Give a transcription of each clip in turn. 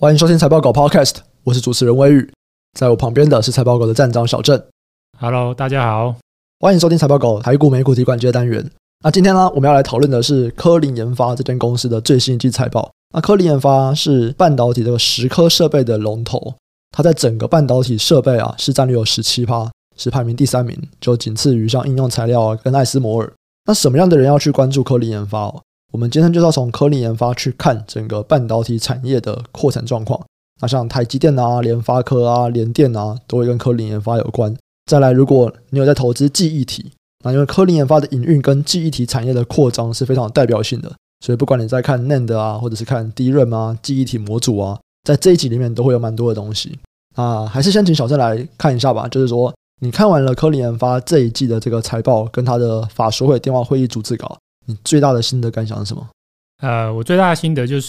欢迎收听财报狗 Podcast， 我是主持人威宇，在我旁边的是财报狗的站长小郑。 Hello， 大家好， 欢迎收听财报狗台股美股提款机的单元。那今天呢，我们要来讨论的是科林研发这间公司的最新一季财报。那科林研发是半导体这个蚀刻设备的龙头，它在整个半导体设备市占率有 17%， 是排名第3名，就仅次于像应用材料跟艾斯摩尔。那什么样的人要去关注科林研发我们今天就是要从科林研发去看整个半导体产业的扩产状况。那像台积电联发科联电都会跟科林研发有关。再来，如果你有在投资记忆体，那因为科林研发的营运跟记忆体产业的扩张是非常有代表性的，所以不管你在看 NAND 或者是看 DRAM 记忆体模组在这一集里面都会有蛮多的东西。还是先请小郑来看一下吧，就是说你看完了科林研发这一季的这个财报跟他的法说会电话会议逐字稿，你最大的心得感想是什么？ 我最大的心得就是，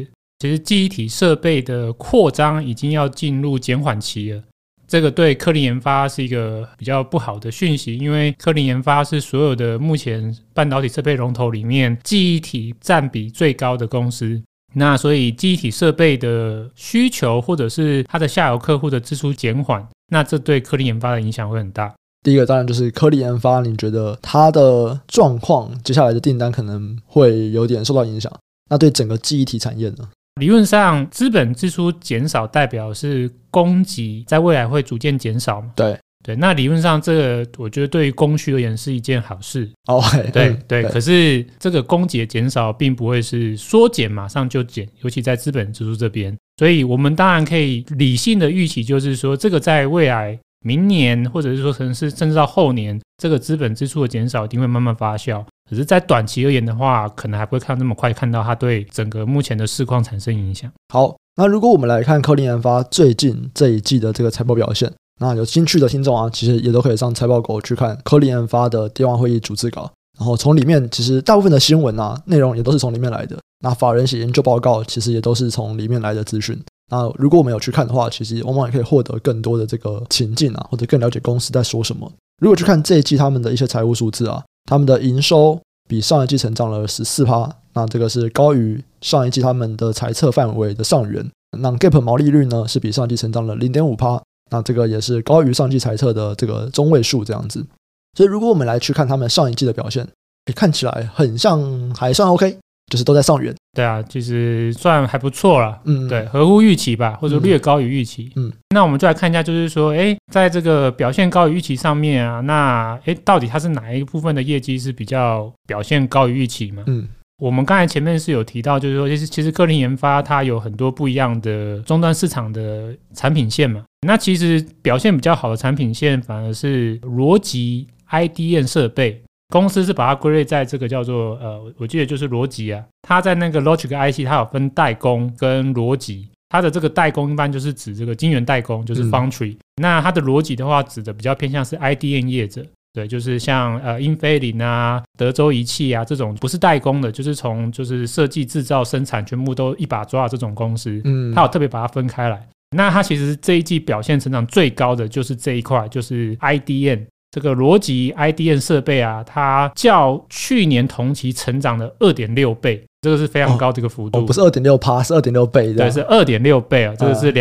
其实记忆体设备的扩张已经要进入减缓期了。这个对科林研发是一个比较不好的讯息，因为科林研发是所有的目前半导体设备龙头里面记忆体占比最高的公司。那所以记忆体设备的需求或者是它的下游客户的支出减缓，那这对科林研发的影响会很大。 第一个当然就是科林研发，你觉得它的状况接下来的订单可能会有点受到影响，那对整个记忆体产业呢？ 理论上资本支出减少代表是供给在未来会逐渐减少嘛？ 对， 那理论上这个我觉得对于供需而言是一件好事。对，可是这个供给的减少并不会是说减马上就减，尤其在资本支出这边。所以我们当然可以理性的预期，就是说这个在未来明年或者是说可能是甚至到后年，这个资本支出的减少一定会慢慢发酵。可是在短期而言的话，可能还不会看那么快看到它对整个目前的市况产生影响。 好，那如果我们来看科林研发最近这一季的这个财报表现，那有兴趣的听众其实也都可以上财报狗去看科林研发的电话会议逐字稿，然后从里面其实大部分的新闻内容也都是从里面来的。那法人写研究报告其实也都是从里面来的资讯。那如果我们有去看的话，其实往往也可以获得更多的这个情境或者更了解公司在说什么。如果去看这一季他们的一些财务数字他们的营收比上一季成长了 14%， 那这个是高于上一季他们的财测范围的上缘。那 GAAP 毛利率呢是比上一季成长了 0.5%， 那这个也是高于上季财测的这个中位数这样子。所以如果我们来去看他们上一季的表现，看起来很像还算 OK， 就是都在上缘。 对其实算还不错啦。对，合乎预期吧，或者略高于预期。那我们就来看一下，就是说在这个表现高于预期上面那到底它是哪一部分的业绩是比较表现高于预期嘛？我们刚才前面是有提到，就是说其实科林研发它有很多不一样的终端市场的产品线嘛。那其实表现比较好的产品线反而是逻辑 IDM 设备。公司是把它归类在这个叫做我记得就是逻辑它在那个 Logic IC 它有分代工跟逻辑。它的这个代工一般就是指这个晶圆代工，就是 Foundry。那它的逻辑的话指的比较偏向是 IDM 业者。对，就是像英飞凌德州仪器这种不是代工的，就是从就是设计制造生产全部都一把抓的这种公司。它有特别把它分开来。那它其实这一季表现成长最高的就是这一块，就是 IDM。这个逻辑 IDM 设备它较去年同期成长了 2.6 倍，这个是非常高的一个幅度。 不是 2.6%， 是 2.6 倍。 对，是 2.6 倍这个是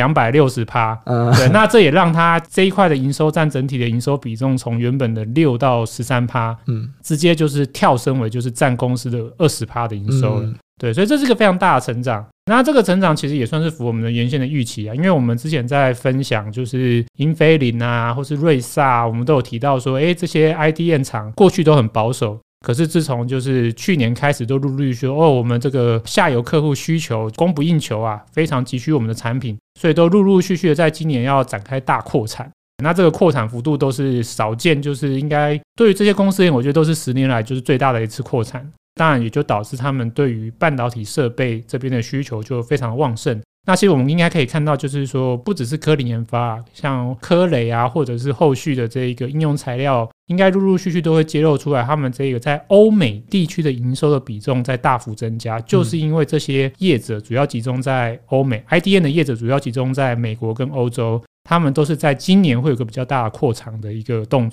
260%。对，那这也让它这一块的营收占整体的营收比重从原本的6到 13%，直接就是跳升为就是占公司的 20% 的营收了。对，所以这是个非常大的成长。那这个成长其实也算是符合我们的原先的预期因为我们之前在分享就是英飞凌或是瑞萨我们都有提到说这些 IDM 厂过去都很保守，可是自从就是去年开始都陆续说我们这个下游客户需求供不应求非常急需我们的产品，所以都陆陆续续的在今年要展开大扩产。那这个扩产幅度都是少见，就是应该对于这些公司我觉得都是10年来就是最大的一次扩产。当然也就导致他们对于半导体设备这边的需求就非常旺盛。那其实我们应该可以看到，就是说不只是科林研发像科磊或者是后续的这一个应用材料，应该陆陆续续都会揭露出来他们这个在欧美地区的营收的比重在大幅增加，就是因为这些业者主要集中在欧美，IDM 的业者主要集中在美国跟欧洲，他们都是在今年会有个比较大的扩厂的一个动作。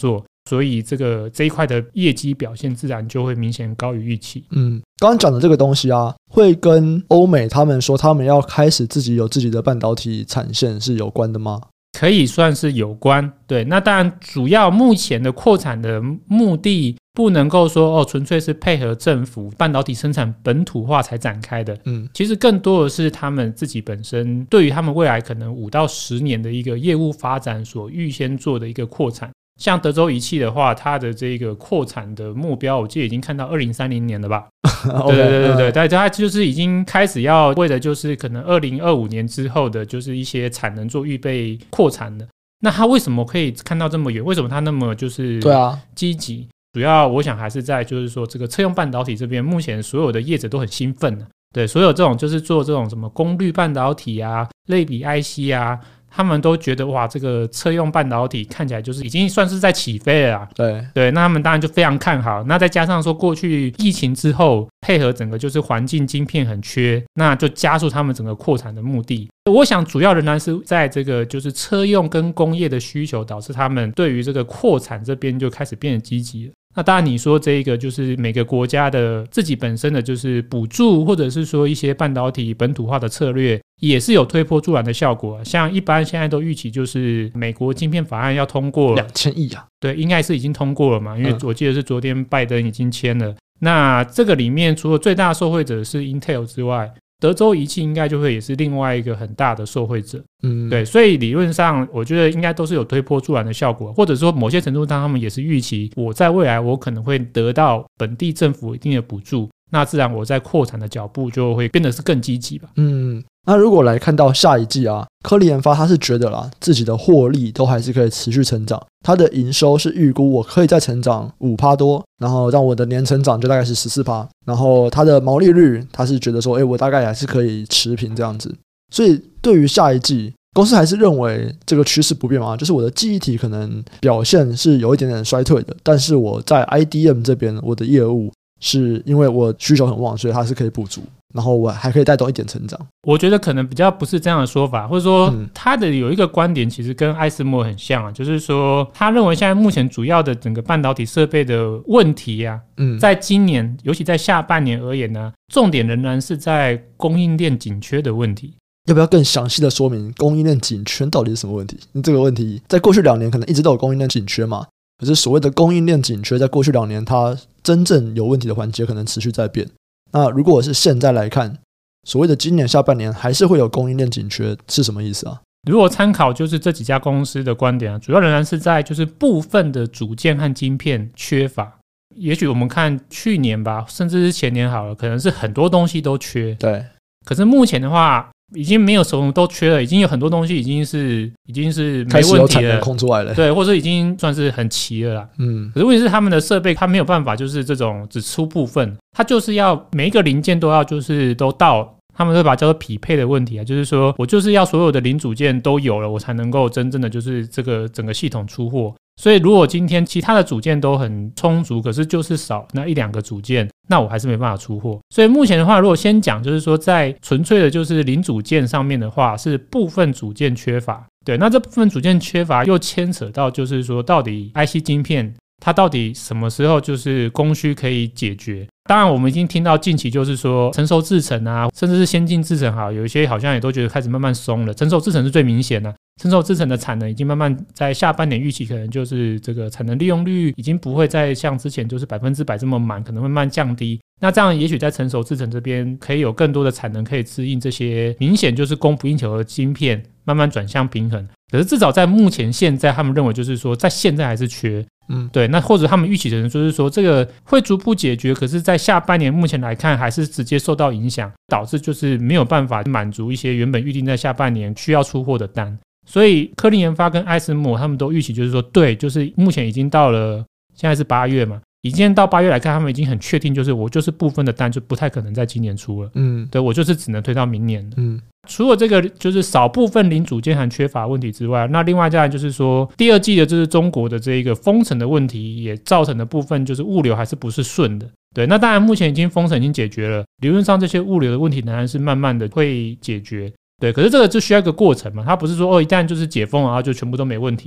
所以这一块的业绩表现自然就会明显高于预期。 刚刚讲的这个东西啊，会跟欧美他们说他们要开始自己有自己的半导体产线是有关的吗？ 可以算是有关，对。那当然主要目前的扩产的目的不能够说纯粹是配合政府半导体生产本土化才展开的，其实更多的是他们自己本身对于他们未来可能5到10年的一个业务发展所预先做的一个扩产。像德州仪器的话，它的这个扩产的目标我记得已经看到2030年了吧对，但它就是已经开始要为的就是可能2025年之后的就是一些产能做预备扩产的。那它为什么可以看到这么远？为什么它那么就是积极？主要我想还是在就是说这个车用半导体这边，目前所有的业者都很兴奋的，对，所有这种就是做这种什么功率半导体啊、类比 IC 啊，他们都觉得哇，这个车用半导体看起来就是已经算是在起飞了啦。对，那他们当然就非常看好。那再加上说过去疫情之后，配合整个就是环境晶片很缺，那就加速他们整个扩产的目的。我想主要仍然是在这个就是车用跟工业的需求，导致他们对于这个扩产这边就开始变得积极了。那当然你说这个就是每个国家的自己本身的就是补助，或者是说一些半导体本土化的策略，也是有推波助澜的效果。像一般现在都预期就是美国晶片法案要通过 2000亿啊， 对，应该是已经通过了嘛，因为我记得是昨天拜登已经签了。那这个里面除了最大受惠者是 Intel 之外，德州仪器应该就会也是另外一个很大的受惠者。对，所以理论上我觉得应该都是有推波助澜的效果，或者说某些程度上他们也是预期我在未来我可能会得到本地政府一定的补助，那自然我在扩产的脚步就会变得是更积极吧。 那如果来看到下一季啊，科林研发他是觉得啦，自己的获利都还是可以持续成长，他的营收是预估我可以再成长 5% 多，然后让我的年成长就大概是 14%， 然后他的毛利率他是觉得说我大概还是可以持平这样子。所以对于下一季公司还是认为这个趋势不变嘛，就是我的记忆体可能表现是有一点点衰退的，但是我在 IDM 这边我的业务是因为我需求很旺，所以它是可以补足，然后我还可以带动一点成长。 我觉得可能比较不是这样的说法，或者说他的有一个观点其实跟艾斯摩很像就是说他认为现在目前主要的整个半导体设备的问题啊，在今年尤其在下半年而言呢，重点仍然是在供应链紧缺的问题。 要不要更详细的说明供应链紧缺到底是什么问题？这个问题在过去2年可能一直都有供应链紧缺嘛，可是所谓的供应链紧缺在过去2年它真正有问题的环节可能持续在变。那如果是现在来看，所谓的今年下半年还是会有供应链紧缺是什么意思啊？ 如果参考就是这几家公司的观点啊，主要仍然是在就是部分的组件和晶片缺乏。也许我们看去年吧，甚至是前年好了，可能是很多东西都缺。 对， 可是目前的话已经没有什么都缺了，已经有很多东西已经是没问题了， 开始有产能空出来了， 对，或者已经算是很齐了啦。可是问题是他们的设备它没有办法就是这种只出部分，它就是要每一个零件都要就是都到，他们会把它叫做匹配的问题啊，就是说我就是要所有的零组件都有了，我才能够真正的就是这个整个系统出货。所以如果今天其他的组件都很充足，可是就是少那1-2个组件，那我还是没办法出货。所以目前的话，如果先讲就是说在纯粹的就是零组件上面的话，是部分组件缺乏。对，那这部分组件缺乏又牵扯到就是说到底 IC 晶片它到底什么时候就是供需可以解决。当然我们已经听到近期就是说成熟制程啊，甚至是先进制程好，有一些好像也都觉得开始慢慢松了。成熟制程是最明显的，成熟制程的产能已经慢慢在下半年预期可能就是这个产能利用率已经不会再像之前就是100%这么满，可能会慢慢降低。那这样也许在成熟制程这边可以有更多的产能可以支应这些明显就是供不应求的晶片，慢慢转向平衡。可是至少在目前现在他们认为就是说在现在还是缺。对，那或者他们预期的人就是说这个会逐步解决，可是在下半年目前来看还是直接受到影响，导致就是没有办法满足一些原本预定在下半年需要出货的单。所以科林研发跟艾斯摩他们都预期就是说，对，就是目前已经到了现在是8月嘛，已经到8月来看，他们已经很确定就是我就是部分的单就不太可能在今年出了。对，我就是只能推到明年了。除了这个就是少部分零组件和缺乏问题之外，那另外再来就是说第二季的就是中国的这个封城的问题也造成的部分就是物流还是不是顺的。对，那当然目前已经封城已经解决了，理论上这些物流的问题仍然是慢慢的会解决。对，可是这个就需要一个过程嘛，它不是说一旦就是解封然后就全部都没问题了。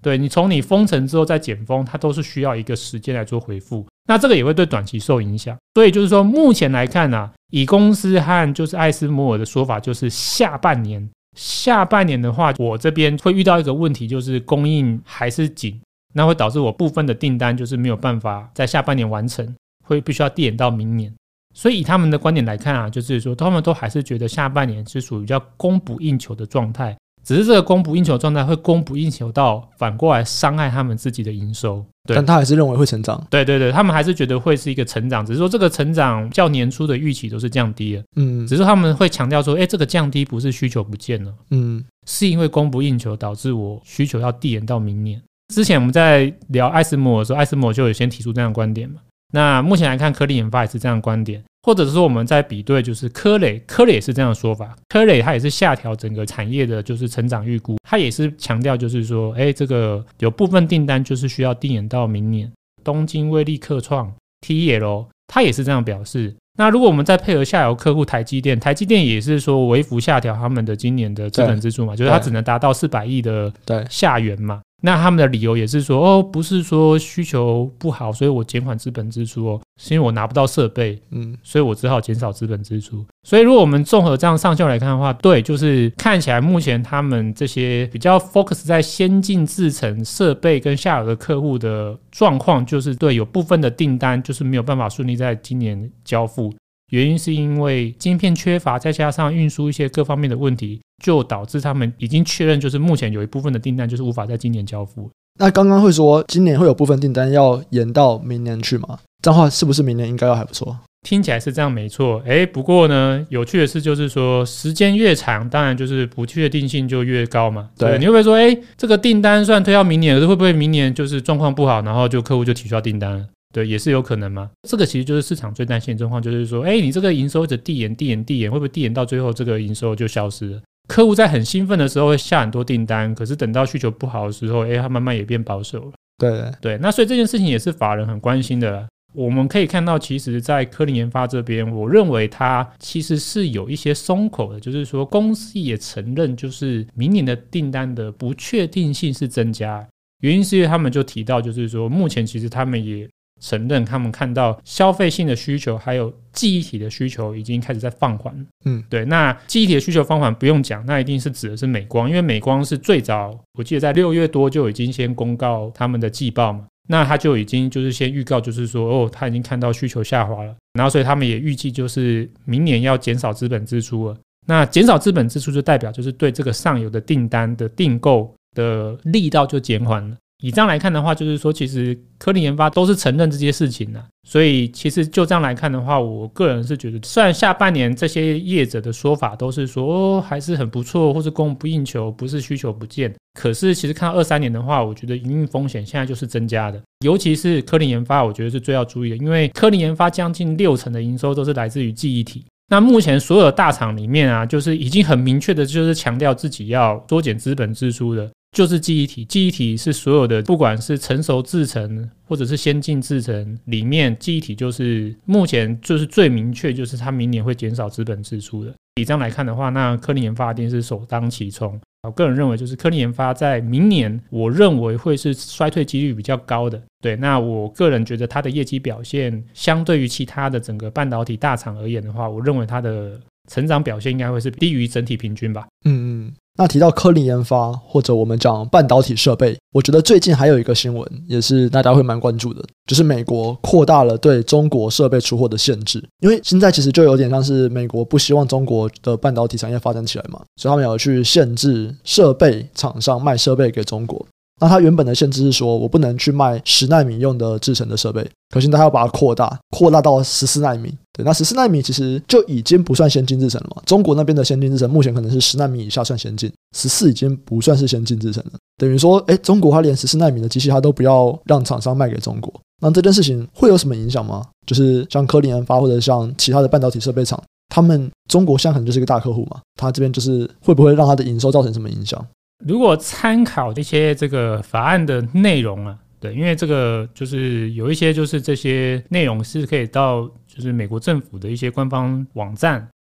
对，你从你封城之后再解封，它都是需要一个时间来做回复，那这个也会对短期受影响。所以就是说目前来看啊，以公司和就是艾斯摩尔的说法，就是下半年的话，我这边会遇到一个问题，就是供应还是紧，那会导致我部分的订单就是没有办法在下半年完成，会必须要递延到明年。所以以他们的观点来看啊，就是说他们都还是觉得下半年是属于比较供不应求的状态，只是这个供不应求的状态会供不应求到反过来伤害他们自己的营收。 但他还是认为会成长。 对对对，他们还是觉得会是一个成长，只是说这个成长较年初的预期都是降低了。只是他们会强调说，这个降低不是需求不见了，是因为供不应求导致我需求要递延到明年。之前我们在聊艾斯摩尔的时候，艾斯摩尔就有先提出这样的观点嘛。那目前来看，科林研发也是这样的观点，或者是说我们在比对，就是科磊也是这样的说法。科磊他也是下调整个产业的就是成长预估，他也是强调就是说，这个有部分订单就是需要递延到明年。东京威力科创 TEL 他也是这样表示。那如果我们再配合下游客户台积电也是说微幅下调他们的今年的资本支出嘛，就是它只能达到400亿的下缘嘛。那他们的理由也是说，不是说需求不好所以我减缓资本支出是因为我拿不到设备，所以我只好减少资本支出。所以如果我们综合这样上下来看的话，对，就是看起来目前他们这些比较 focus 在先进制程设备跟下游的客户的状况，就是对，有部分的订单就是没有办法顺利在今年交付，原因是因为晶片缺乏，再加上运输一些各方面的问题，就导致他们已经确认，就是目前有一部分的订单就是无法在今年交付。 那刚刚会说今年会有部分订单要延到明年去吗？这样的话是不是明年应该要还不错？ 听起来是这样没错，不过呢，有趣的是就是说时间越长，当然就是不确定性就越高嘛。对，你会不会说，这个订单虽然推到明年，可是会不会明年就是状况不好，然后就客户就取消订单了？对，也是有可能嘛。这个其实就是市场最担心的状况，就是说，你这个营收一直递延，会不会递延到最后这个营收就消失了？客户在很兴奋的时候会下很多订单，可是等到需求不好的时候，他慢慢也变保守了。对，那所以这件事情也是法人很关心的啦。我们可以看到，其实在科林研发这边，我认为它其实是有一些松口的，就是说公司也承认，就是明年的订单的不确定性是增加。原因是因为他们就提到，就是说目前其实他们也承认他们看到消费性的需求还有记忆体的需求已经开始在放缓。对，那记忆体的需求放缓不用讲，那一定是指的是美光，因为美光是最早我记得在6月多就已经先公告他们的季报嘛，那他就已经就是先预告，就是说他已经看到需求下滑了，然后所以他们也预计就是明年要减少资本支出了。那减少资本支出就代表就是对这个上游的订单的订购的力道就减缓了。以这样来看的话，就是说其实科林研发都是承认这些事情的，所以其实就这样来看的话，我个人是觉得虽然下半年这些业者的说法都是说还是很不错，或是供不应求，不是需求不见，可是其实看到23年的话，我觉得营运风险现在就是增加的，尤其是科林研发我觉得是最要注意的，因为科林研发将近60%的营收都是来自于记忆体。那目前所有的大厂里面啊，就是已经很明确的就是强调自己要缩减资本支出的就是记忆体。记忆体是所有的不管是成熟制程或者是先进制程里面，记忆体就是目前就是最明确，就是它明年会减少资本支出的。以这样来看的话，那科林研发一定是首当其冲。我个人认为就是科林研发在明年我认为会是衰退几率比较高的。对，那我个人觉得它的业绩表现相对于其他的整个半导体大厂而言的话，我认为它的成长表现应该会是低于整体平均吧。 那提到科林研发或者我们讲半导体设备，我觉得最近还有一个新闻也是大家会蛮关注的，就是美国扩大了对中国设备出货的限制。因为现在其实就有点像是美国不希望中国的半导体产业发展起来嘛，所以他们有去限制设备厂商卖设备给中国。那它原本的限制是说我不能去卖10奈米用的制程的设备，可现在它要把它扩大到14奈米。对，那14奈米其实就已经不算先进制程了嘛，中国那边的先进制程目前可能是10奈米以下算先进，14已经不算是先进制程了。等于说中国它连14奈米的机器它都不要让厂商卖给中国。那这件事情会有什么影响吗？就是像科林研发或者像其他的半导体设备厂，他们中国现在可能就是一个大客户嘛，他这边就是会不会让他的营收造成什么影响？ 如果参考一些这个法案的内容啊，对，因为这个就是有一些就是这些内容是可以到就是美国政府的一些官方网站，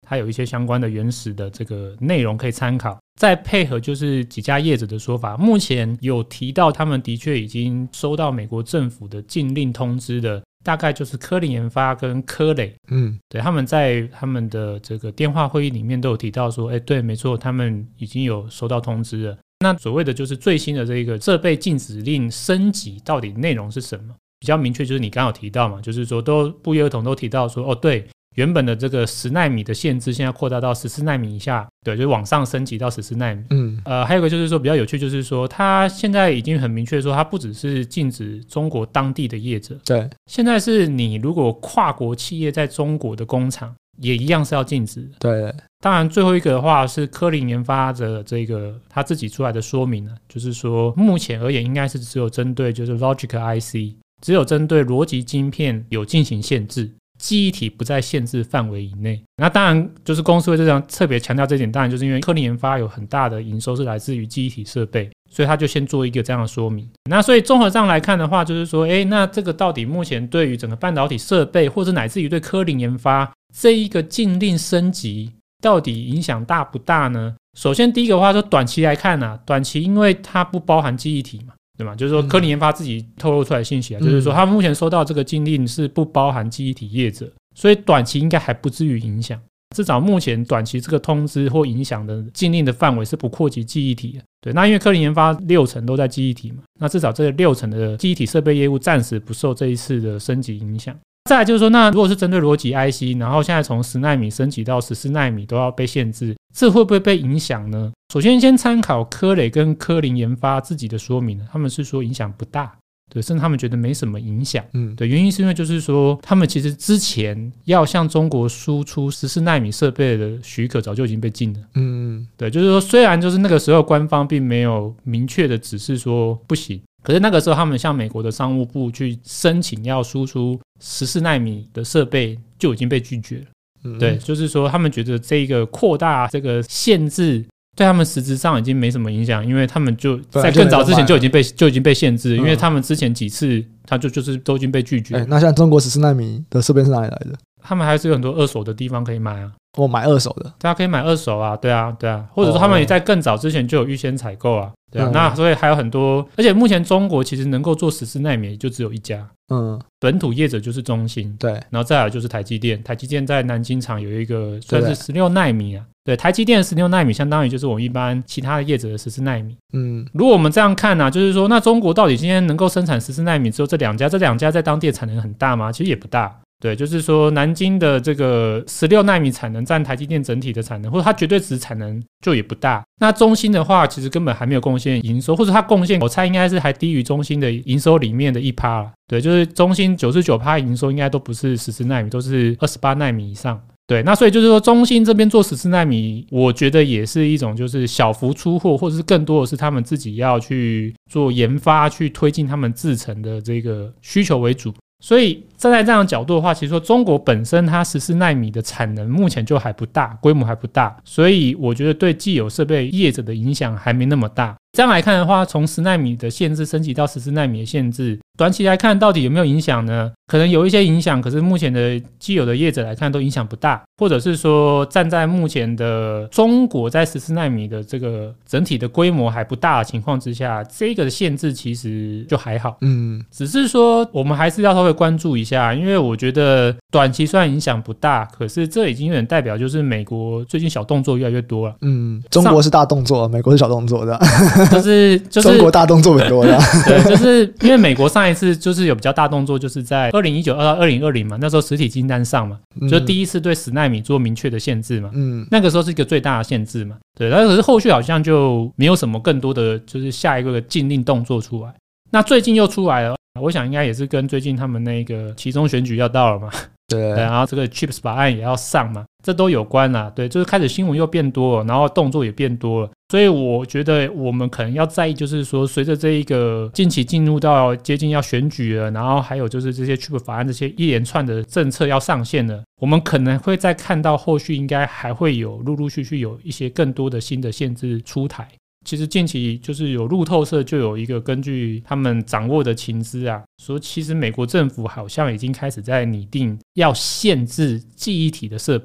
它有一些相关的原始的这个内容可以参考。再配合就是几家业者的说法，目前有提到他们的确已经收到美国政府的禁令通知的，大概就是科林研发跟科磊，对，他们在他们的这个电话会议里面都有提到说，对，没错，他们已经有收到通知了。那所谓的就是最新的这个设备禁止令升级到底内容是什么？比较明确就是你刚刚有提到嘛，就是说都不约而同都提到说，对，原本的这个10奈米的限制现在扩大到14奈米以下，对，就是往上升级到14奈米。还有一个就是说比较有趣，就是说它现在已经很明确说，它不只是禁止中国当地的业者， 对， 现在是你如果跨国企业在中国的工厂也一样是要禁止。 对， 当然最后一个的话是科林研发的这个他自己出来的说明呢，就是说目前而言应该是只有针对就是 Logic IC， 只有针对逻辑晶片有进行限制，记忆体不在限制范围以内。那当然就是公司会这样特别强调这一点，当然就是因为科林研发有很大的营收是来自于记忆体设备，所以他就先做一个这样的说明。那所以综合上来看的话，就是说那这个到底目前对于整个半导体设备或者乃至于对科林研发这一个禁令升级到底影响大不大呢？首先第一个的话说短期来看短期因为它不包含记忆体嘛，对吗？就是说科林研发自己透露出来的信息就是说他目前收到这个禁令是不包含记忆体业者，所以短期应该还不至于影响。至少目前短期这个通知或影响的禁令的范围是不扩及记忆体的。对，那因为科林研发60%都在记忆体嘛，那至少这个60%的记忆体设备业务暂时不受这一次的升级影响。再来就是说，那如果是针对逻辑 IC， 然后现在从10奈米升级到14奈米都要被限制，这会不会被影响呢？首先先参考科磊跟科林研发自己的说明，他们是说影响不大，对，甚至他们觉得没什么影响。对，原因是因为就是说他们其实之前要向中国输出14奈米设备的许可早就已经被禁了。对，就是说虽然就是那个时候官方并没有明确的指示说不行，可是那个时候他们向美国的商务部去申请要输出14奈米的设备就已经被拒绝了。对，就是说他们觉得这个扩大这个限制对他们实质上已经没什么影响，因为他们就在更早之前就已经被限制，因为他们之前几次他就是都已经被拒绝。 那像中国14奈米的设备是哪里来的？ 他们还是有很多二手的地方可以买啊。 我买二手的， 大家可以买二手啊，对啊，或者说他们也在更早之前就有预先采购啊，对啊，那所以还有很多，而且目前中国其实能够做14奈米就只有一家，本土业者就是中芯，对，然后再来就是台积电，台积电在南京厂有一个算是16奈米啊，对，台积电的16奈米相当于就是我们一般其他的业者的14奈米。如果我们这样看就是说那中国到底今天能够生产14奈米之后，这两家在当地的产能很大吗？其实也不大。对，就是说南京的这个16奈米产能占台积电整体的产能，或者它绝对值产能就也不大。那中芯的话其实根本还没有贡献营收，或者它贡献我猜应该是还低于中芯的营收里面的1%。对，就是中芯 99% 营收应该都不是14奈米，都是28奈米以上。对，那所以就是说中芯这边做14奈米，我觉得也是一种就是小幅出货，或者是更多的是他们自己要去做研发，去推进他们制程的这个需求为主。所以站在这样的角度的话，其实说中国本身它14奈米的产能目前就还不大，规模还不大，所以我觉得对既有设备业者的影响还没那么大。这样来看的话，从10奈米的限制升级到14奈米的限制，短期来看到底有没有影响呢？可能有一些影响，可是目前的既有的业者来看都影响不大，或者是说站在目前的中国在14奈米的这个整体的规模还不大的情况之下，这个限制其实就还好。只是说我们还是要稍微关注一下，因为我觉得短期虽然影响不大，可是这已经有点代表就是美国最近小动作越来越多了。 中国是大动作，美国是小动作的。 就是中国大动作很多的。 对，就是因为美国上一次就是有比较大动作，就是在2019到2020嘛，那时候实体清单上嘛，就第一次对10奈米做明确的限制嘛。那个时候是一个最大的限制嘛。对，但可是后续好像就没有什么更多的就是下一个禁令动作出来。那最近又出来了，我想应该也是跟最近他们那个期中选举要到了嘛。对，然后这个 CHIPS 法案也要上嘛，这都有关啦。对，就是开始新闻又变多了，然后动作也变多了，所以我觉得我们可能要在意，就是说随着这一个近期进入到接近要选举了，然后还有就是这些 CHIPS 法案这些一连串的政策要上线了，我们可能会再看到后续应该还会有陆陆续续有一些更多的新的限制出台。其实近期就是有路透社就有一个根据他们掌握的情资啊，说其实美国政府好像已经开始在拟定要限制记忆体的设备了。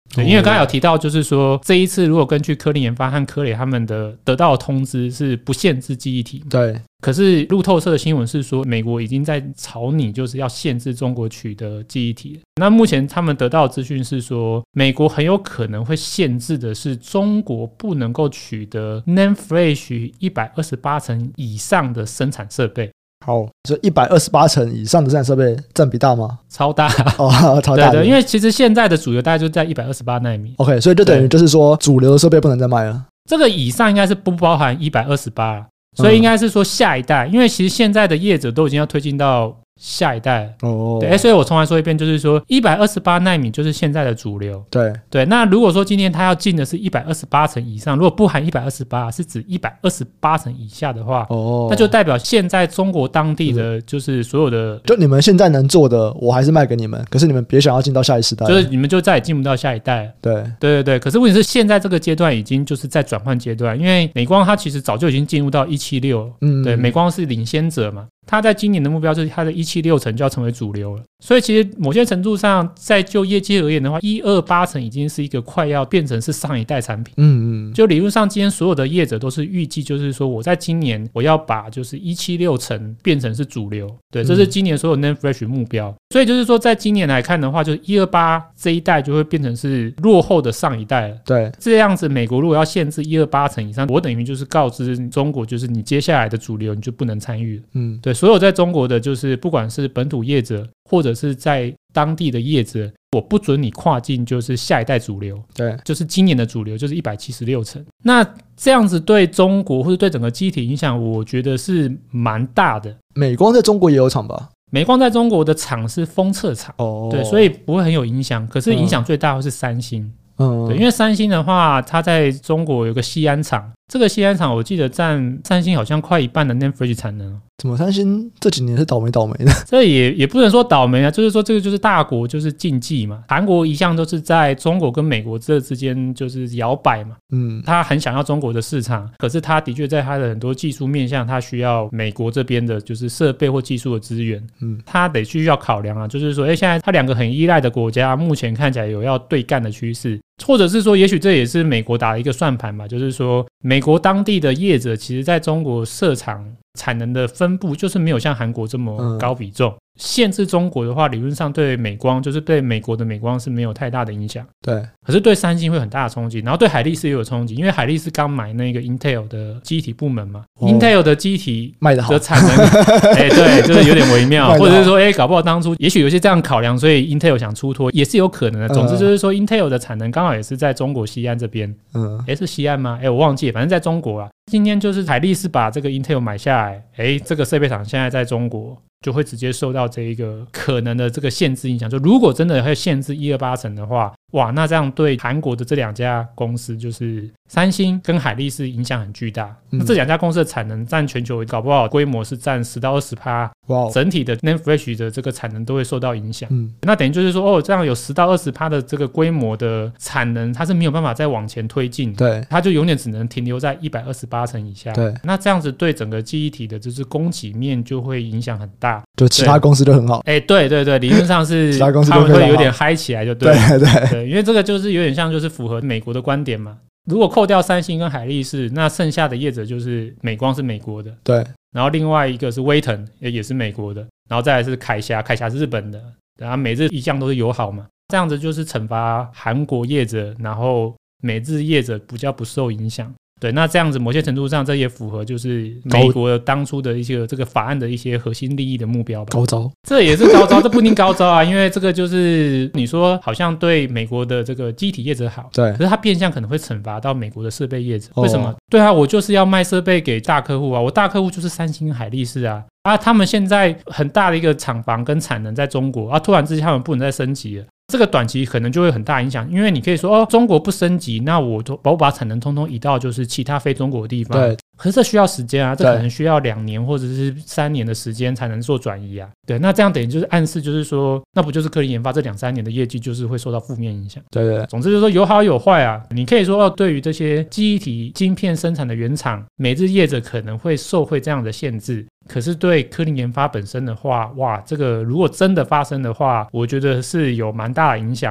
对，因为刚才有提到，就是说这一次如果根据科林研发和科磊他们的得到的通知是不限制记忆体， 对。 可是路透社的新闻是说，美国已经在朝拟就是要限制中国取得记忆体。那目前他们得到的资讯是说，美国很有可能会限制的是中国不能够取得 NAND Flash 128层以上的生产设备。 好，就128层以上的生产设备占比大吗？ 超大哦，超大的。 对，因为其实现在的主流大概就在128奈米。 OK， 所以就等于就是说主流的设备不能再卖了。 这个以上应该是不包含128，所以应该是说下一代，因为其实现在的业者都已经要推进到下一代对，所以我重来说一遍，就是说128奈米就是现在的主流。对，那如果说今天他要进的是128层以上，如果不含128，是指128层以下的话，那就代表现在中国当地的就是所有的， 就你们现在能做的，我还是卖给你们，可是你们别想要进到下一时代， 就是你们就再也进不到下一代。对，可是问题是现在这个阶段已经就是在转换阶段，因为美光它其实早就已经进入到176，对，美光是领先者嘛。它在今年的目标就是它的176层就要成为主流了，所以其实某些程度上，在就业绩而言的话，128层已经是一个快要变成是上一代产品。就理论上，今天所有的业者都是预计，就是说我在今年我要把就是176层变成是主流，对，这是今年所有 NAND Flash 目标。所以就是说，在今年来看的话，就是128这一代就会变成是落后的上一代了。 对， 这样子，美国如果要限制128层以上，我等于就是告知中国，就是你接下来的主流你就不能参与了。对。所有在中国的就是不管是本土业者或者是在当地的业者，我不准你跨境就是下一代主流，对，就是今年的主流就是176层。那这样子对中国或者对整个机体影响，我觉得是蛮大的。 美光在中国也有厂吧？ 美光在中国的厂是封测厂，对，所以不会很有影响。可是影响最大会是三星。对，因为三星的话，它在中国有个西安厂，这个西安厂我记得占三星好像快一半的 NAND Flash 产能。 怎么三星这几年是倒霉的？ 这也不能说倒霉啊，就是说这个就是大国就是竞技嘛。韩国一向都是在中国跟美国这之间就是摇摆嘛。他很想要中国的市场，可是他的确在他的很多技术面向，他需要美国这边的就是设备或技术的资源。他得需要考量啊，就是说，现在他两个很依赖的国家，目前看起来有要对干的趋势。或者是说也许这也是美国打了一个算盘吧，就是说美国当地的业者其实在中国设厂产能的分布就是没有像韩国这么高比重。限制中国的话，理论上对美光就是对美国的美光是没有太大的影响。对，可是对三星会很大的冲击，然后对海力士也有冲击，因为海力士刚买那个 Intel 的机体部门嘛。Intel 的机体卖得好的产能对，就是有点微妙，或者是说搞不好当初也许有些这样考量，所以 Intel 想出脱也是有可能的。总之就是说 Intel 的产能刚好也是在中国西安这边。是西安吗？我忘记了，反正在中国啊。今天就是海力士把这个 Intel 买下来，这个设备厂现在在中国就会直接受到这一个可能的这个限制影响。就如果真的会限制128层的话，哇，那这样对韩国的这两家公司，就是三星跟海力士影响很巨大。那这两家公司的产能占全球搞不好规模是占10到20%，整体的 NAND Flash 的这个产能都会受到影响。那等于就是说，这样有10到20%的这个规模的产能，它是没有办法再往前推进，对，它就永远只能停留在128层以下。对，那这样子对整个记忆体的就是供给面就会影响很大。 就其他公司就很好。 对，理论上是其他公司他们会有点嗨起来就对了。 对， 因为这个就是有点像就是符合美国的观点嘛。如果扣掉三星跟海力士，那剩下的业者就是美光是美国的，对，然后另外一个是威腾也是美国的，然后再来是凯霞是日本的，然后美日一向都是友好嘛，这样子就是惩罚韩国业者，然后美日业者比较不受影响。对，那这样子某些程度上这也符合就是美国当初的一些这个法案的一些核心利益的目标吧。 高招， 这也是高招，这不一定高招啊，因为这个就是你说好像对美国的这个机体业者好，对，可是它变相可能会惩罚到美国的设备业者。为什么？对啊，我就是要卖设备给大客户啊，我大客户就是三星、海力士啊，他们现在很大的一个厂房跟产能在中国啊，突然之间他们不能再升级了。这个短期可能就会很大影响，因为你可以说中国不升级，那我把产能通通移到就是其他非中国的地方。对，可是这需要时间啊，这可能需要2年或者是3年的时间才能做转移啊。对，那这样等于就是暗示就是说，那不就是科林研发这2-3年的业绩就是会受到负面影响。对，总之就是说有好有坏啊。你可以说对于这些记忆体晶片生产的原厂，美日业者可能会受惠这样的限制。可是对科林研发本身的话，哇，这个如果真的发生的话，我觉得是有蛮大的影响的。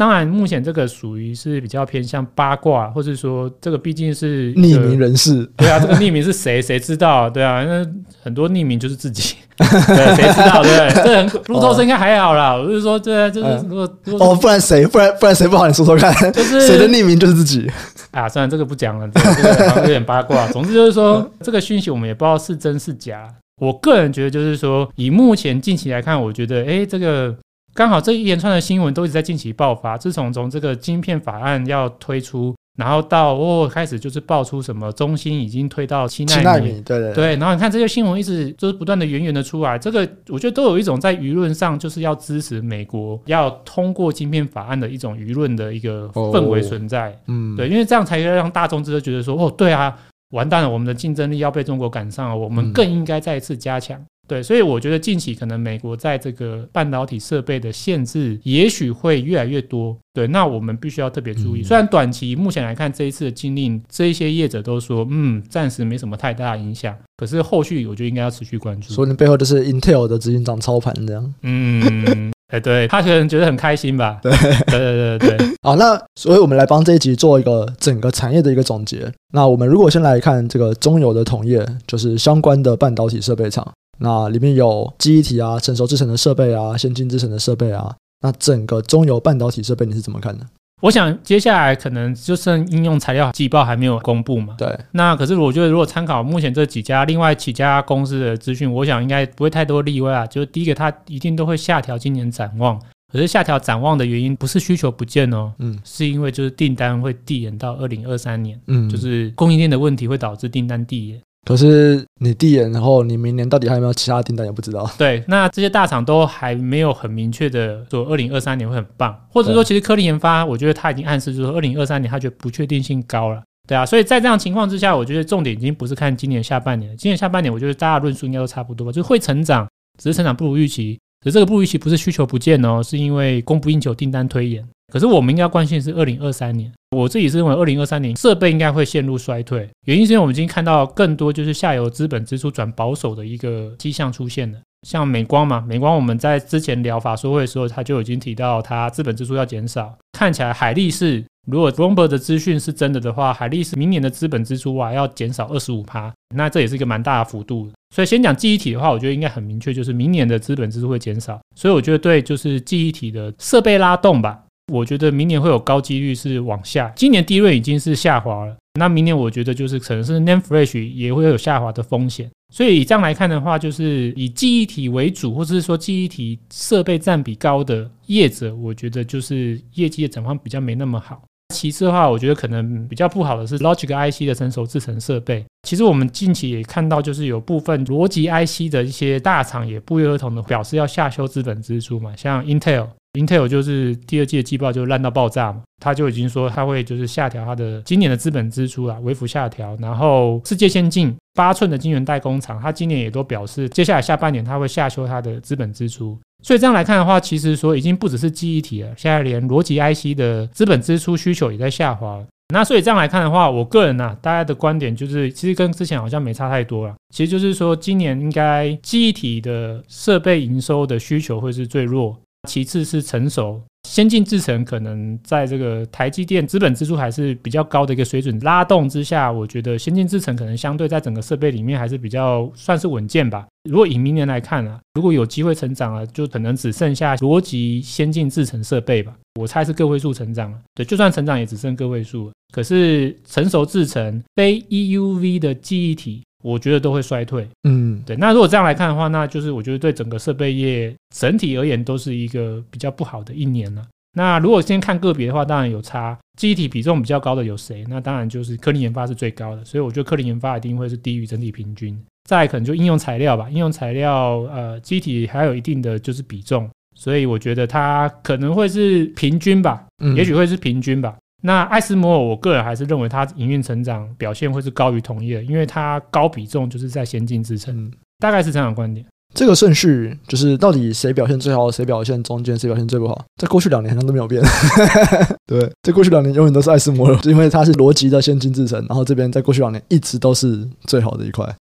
当然目前这个属于是比较偏向八卦，或是说这个毕竟是匿名人士。 对啊，这个匿名是谁知道？对啊，那很多匿名就是自己对，谁知道？对不对？这路透社应该还好啦。我就是说，对，就是如果不然谁不好？你说说看，就是谁的匿名就是自己啊。算了，这个不讲了，这个好像有点八卦。总之就是说，这个讯息我们也不知道是真是假。我个人觉得就是说，以目前近期来看，我觉得这个刚好这一连串的新闻都一直在近期爆发。自从这个晶片法案要推出，然后到开始就是爆出什么中芯已经推到7奈米，对，然后你看这些新闻一直就是不断的源源的出来，这个我觉得都有一种在舆论上就是要支持美国要通过晶片法案的一种舆论的一个氛围存在。对，因为这样才会让大众知道觉得说，对啊，完蛋了，我们的竞争力要被中国赶上了，我们更应该再一次加强。对，所以我觉得近期可能美国在这个半导体设备的限制也许会越来越多。对，那我们必须要特别注意。虽然短期目前来看这一次的禁令，这一些业者都说暂时没什么太大的影响，可是后续我觉得应该要持续关注。 说你背后就是 Intel 的执行长操盘这样。 对，他可能觉得很开心吧。对。 好，那所以我们来帮这一集做一个整个产业的一个总结。那我们如果先来看这个中游的同业，就是相关的半导体设备厂，那里面有记忆体啊、成熟制程的设备啊、先进制程的设备啊，那整个中游半导体设备你是怎么看的？ 我想接下来可能就剩应用材料季报还没有公布嘛。 对。 那可是我觉得如果参考目前这另外几家公司的资讯，我想应该不会太多例外啊。就是第一个，它一定都会下调今年展望。可是下调展望的原因不是需求不见哦，是因为就是订单会递延到2023年，就是供应链的问题会导致订单递延。 可是你递延，然后你明年到底还有没有其他订单也不知道。 对，那这些大厂都还没有很明确的说2023年会很棒，或者说其实科林研发，我觉得他已经暗示就是说2023年他觉得不确定性高了。对啊，所以在这样情况之下，我觉得重点已经不是看今年下半年了。今年下半年我觉得大家论述应该都差不多吧，就是会成长，只是成长不如预期。可是这个不如预期不是需求不见哦，是因为供不应求，订单推延。可是我们应该关心的是2023年，我自己是认为2023年设备应该会陷入衰退，原因是因为我们已经看到更多就是下游资本支出转保守的一个迹象出现了。像美光嘛，美光我们在之前聊法说会的时候，他就已经提到它资本支出要减少。看起来海力士，如果 Bloomberg 的资讯是真的话，海力士明年的资本支出要减少 25%， 那这也是一个蛮大的幅度。所以先讲记忆体的话，我觉得应该很明确，就是明年的资本支出会减少。所以我觉得对就是记忆体的设备拉动吧，我觉得明年会有高几率是往下。今年低润已经是下滑了，那明年我觉得就是可能是 NAND Flash 也会有下滑的风险。所以以这样来看的话，就是以记忆体为主，或者是说记忆体设备占比高的业者，我觉得就是业绩的展望比较没那么好。其次的话，我觉得可能比较不好的是 Logic IC 的成熟制程设备。其实我们近期也看到，就是有部分逻辑 IC 的一些大厂也不约而同的表示要下修资本支出嘛，像 Intel 就是第二季的季报就烂到爆炸嘛，他就已经说他会就是下调他的今年的资本支出啦，微幅下调。然后世界先进8寸的晶圆代工厂，他今年也都表示接下来下半年他会下修他的资本支出。所以这样来看的话，其实说已经不只是记忆体了，现在连逻辑 IC 的资本支出需求也在下滑了。那所以这样来看的话，我个人大家的观点就是其实跟之前好像没差太多了。其实就是说今年应该记忆体的设备营收的需求会是最弱，其次是成熟先进制程，可能在这个台积电资本支出还是比较高的一个水准拉动之下，我觉得先进制程可能相对在整个设备里面还是比较算是稳健吧。如果以明年来看如果有机会成长就可能只剩下逻辑先进制程设备吧，我猜是个位数成长对，就算成长也只剩个位数了。可是成熟制程非 EUV 的记忆体我觉得都会衰退。对。那如果这样来看的话，那就是我觉得对整个设备业整体而言都是一个比较不好的一年了。那如果先看个别的话，当然有差，记忆体比重比较高的有谁？那当然就是科林研发是最高的，所以我觉得科林研发一定会是低于整体平均。再来可能就应用材料吧，应用材料记忆体还有一定的就是比重，所以我觉得它可能会是平均吧，也许会是平均吧。那艾斯摩尔我个人还是认为它营运成长表现会是高于同业，因为它高比重就是在先进制程，大概是这样的观点。 这个顺序就是到底谁表现最好，谁表现中间，谁表现最不好，在过去2年好像都没有变对，在过去2年永远都是艾斯摩尔，因为它是逻辑的先进制程，然后这边在过去2年一直都是最好的一块。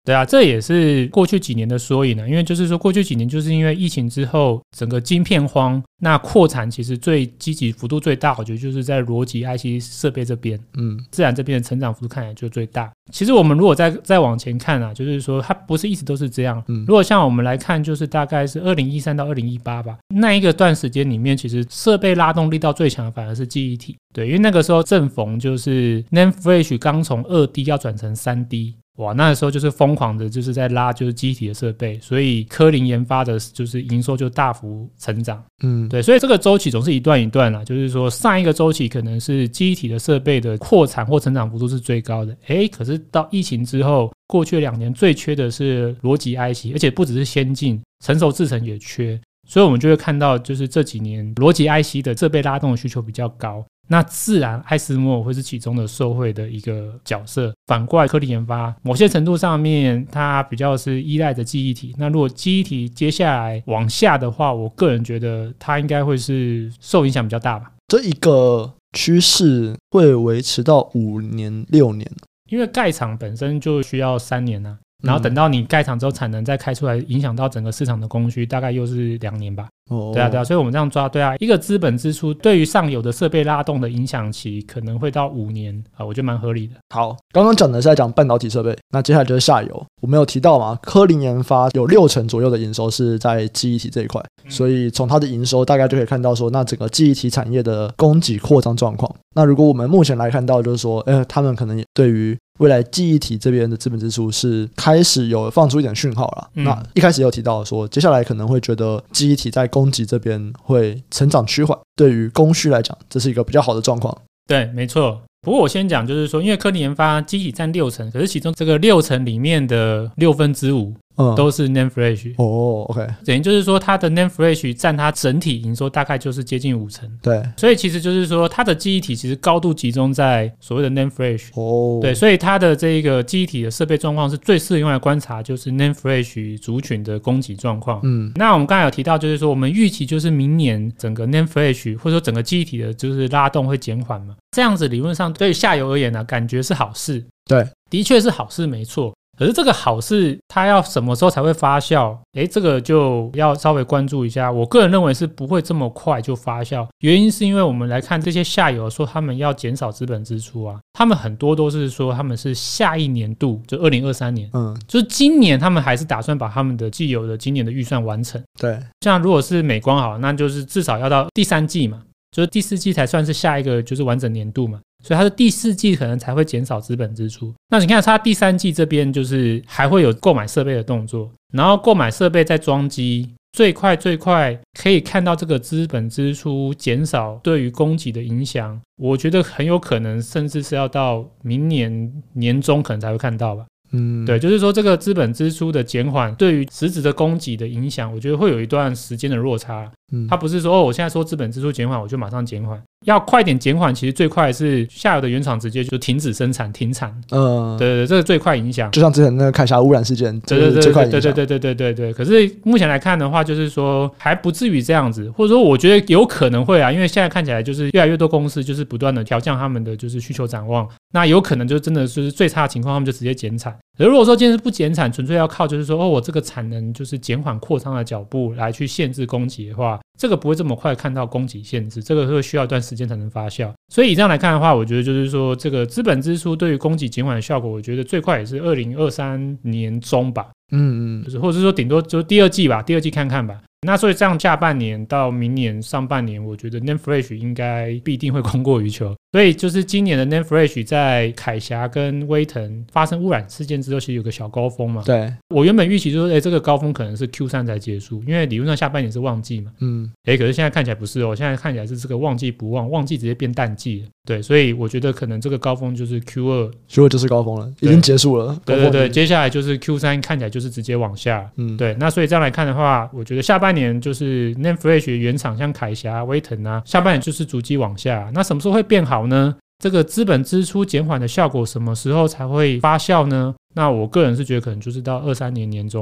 对啊，这也是过去几年的缩影因为就是说过去几年就是因为疫情之后整个晶片荒，那扩产其实最积极幅度最大，我觉得就是在逻辑 IC 设备这边，自然这边的成长幅度看起来就最大。其实我们如果再往前看啊，就是说它不是一直都是这样，如果像我们来看，就是大概是2013到2018吧，那一个段时间里面，其实设备拉动力道最强的反而是记忆体，对，因为那个时候正逢就是 NAND Flash 刚从2D 要转成3D，哇，那时候就是疯狂的，就是在拉就是记忆体的设备，所以科林研发的就是营收就大幅成长。对，所以这个周期总是一段一段啦，就是说上一个周期可能是记忆体的设备的扩产或成长幅度是最高的，可是到疫情之后，过去2年最缺的是逻辑 IC， 而且不只是先进，成熟制程也缺，所以我们就会看到就是这几年逻辑 IC 的设备拉动的需求比较高。那自然艾斯摩尔会是其中的受惠的一个角色。反过来科林研发某些程度上面它比较是依赖着记忆体，那如果记忆体接下来往下的话，我个人觉得它应该会是受影响比较大吧。 这一个趋势会维持到5年6年， 因为盖厂本身就需要3年啊，然后等到你盖厂之后产能再开出来，影响到整个市场的供需，大概又是2年吧。对啊，所以我们这样抓，对啊，一个资本支出对于上游的设备拉动的影响期可能会到5年啊，我觉得蛮合理的。 好，刚刚讲的是在讲半导体设备，那接下来就是下游。我们有提到嘛，科林研发有60%左右的营收是在记忆体这一块，所以从它的营收大概就可以看到说，那整个记忆体产业的供给扩张状况。那如果我们目前来看到，就是说，他们可能对于未来记忆体这边的资本支出是开始有放出一点讯号了。那一开始有提到说，接下来可能会觉得记忆体在供给这边会成长趋缓，对于供需来讲，这是一个比较好的状况。 对，没错。不过我先讲，就是说，因为科林研发机体占60%，可是其中这个60%里面的5/6都是 NAND Flash。 OK， 等于就是说，它的 NAND Flash 占它整体营收大概就是接近50%。 对， 所以其实就是说，它的记忆体其实高度集中在所谓的 NAND Flash。对，所以它的这个记忆体的设备状况是最适合用来观察，就是 NAND Flash 族群的供给状况。那我们刚才有提到，就是说我们预期就是明年整个 NAND Flash 或者说整个记忆体的就是拉动会减缓嘛。这样子理论上对下游而言呢，感觉是好事。 对， 的确是好事，没错。可是这个好事它要什么时候才会发酵？这个就要稍微关注一下。我个人认为是不会这么快就发酵，原因是因为我们来看这些下游说他们要减少资本支出啊，他们很多都是说他们是下一年度，就2023年，就是今年他们还是打算把他们的既有的今年的预算完成。 对， 像如果是美光好，那就是至少要到第3季嘛，就是第4季才算是下一个就是完整年度嘛。所以它的第4季可能才会减少资本支出。那你看它第3季这边就是还会有购买设备的动作，然后购买设备再装机，最快可以看到这个资本支出减少对于供给的影响，我觉得很有可能甚至是要到明年年中可能才会看到吧。对，就是说这个资本支出的减缓对于实质的供给的影响，我觉得会有一段时间的落差。它不是说我现在说资本支出减缓我就马上减缓，要快点减缓，其实最快是下游的原厂直接就停止生产停产。对，这个最快影响， 就像之前那个凯霞污染事件， 对， 对。 可是目前来看的话，就是说还不至于这样子，或者说我觉得有可能会啊，因为现在看起来就是越来越多公司就是不断的调降他们的就是需求展望，那有可能就真的就是最差的情况他们就直接减产。如果说今天是不减产，纯粹要靠就是说我这个产能就是减缓扩张的脚步来去限制供给的话，这个不会这么快看到供给限制，这个会需要一段时间才能发酵。所以以这样来看的话，我觉得就是说这个资本支出对于供给减缓的效果，我觉得最快也是2023年中吧。就是或者是说顶多就是第2季吧，第2季看看吧。那所以这样下半年到明年上半年，我觉得 NAND Flash 应该必定会供过于求。所以就是今年的 NAND Flash 在凯霞跟威腾发生污染事件之后，其实有个小高峰嘛。 对， 我原本预期就是这个高峰可能是 Q3 才结束，因为理论上下半年是旺季嘛。可是现在看起来不是现在看起来是这个旺季不旺，旺季直接变淡季了。对，所以我觉得可能这个高峰就是 Q2 就是高峰了，已经结束了。 对，接下来就是 Q3 看起来就是直接往下。对，那所以这样来看的话，我觉得下半年就是 NAND Flash 原厂像凯霞、威腾啊，下半年就是逐季往下。那什么时候会变好呢？这个资本支出减缓的效果什么时候才会发酵呢？那我个人是觉得可能就是到23年年中吧。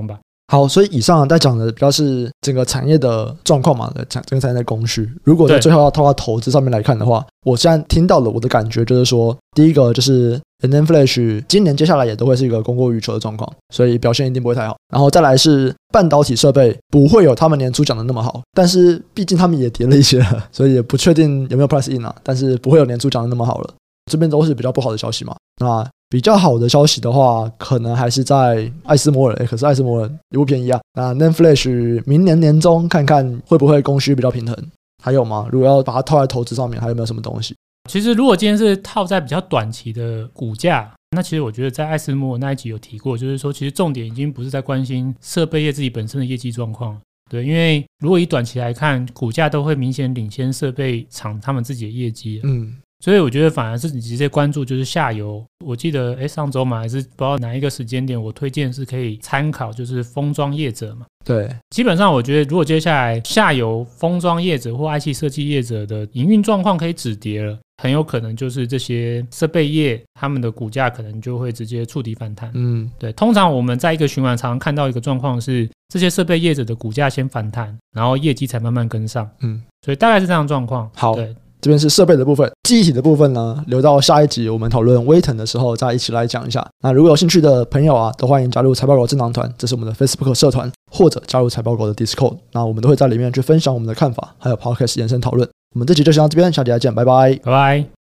好，所以以上在讲的比较是整个产业的状况嘛，整个产业的供需。如果在最后要套到投资上面来看的话，我现在听到的我的感觉就是说，第一个就是NAND Flash 今年接下来也都会是一个供过于求的状况，所以表现一定不会太好。然后再来是半导体设备不会有他们年初讲的那么好，但是毕竟他们也跌了一些了，所以也不确定有没有 price in 啊，但是不会有年初讲的那么好了。这边都是比较不好的消息嘛。那比较好的消息的话，可能还是在艾斯摩尔，可是艾斯摩尔也不便宜啊。那 NAND Flash 明年年中看看会不会供需比较平衡，还有吗？如果要把它套在投资上面，还有没有什么东西？ 其实如果今天是套在比较短期的股价，那其实我觉得在艾斯摩尔那一集有提过，就是说其实重点已经不是在关心设备业自己本身的业绩状况，对，因为如果以短期来看，股价都会明显领先设备厂他们自己的业绩，所以我觉得反而是你直接关注就是下游。我记得上周嘛，还是不知道哪一个时间点，我推荐是可以参考就是封装业者嘛。 对， 基本上我觉得如果接下来下游封装业者或 IC 设计业者的营运状况可以止跌了，很有可能就是这些设备业他们的股价可能就会直接触底反弹。对，通常我们在一个循环常常看到一个状况是这些设备业者的股价先反弹，然后业绩才慢慢跟上。所以大概是这样的状况。 好， 对， 这边是设备的部分，记忆体的部分呢，留到下一集我们讨论威腾的时候再一起来讲一下。那如果有兴趣的朋友啊，都欢迎加入财报狗智囊团，这是我们的 Facebook 社团，或者加入财报狗的 Discord， 那我们都会在里面去分享我们的看法，还有 Podcast 延伸讨论。我们这集就先到这边，下集再见，拜拜， 拜拜。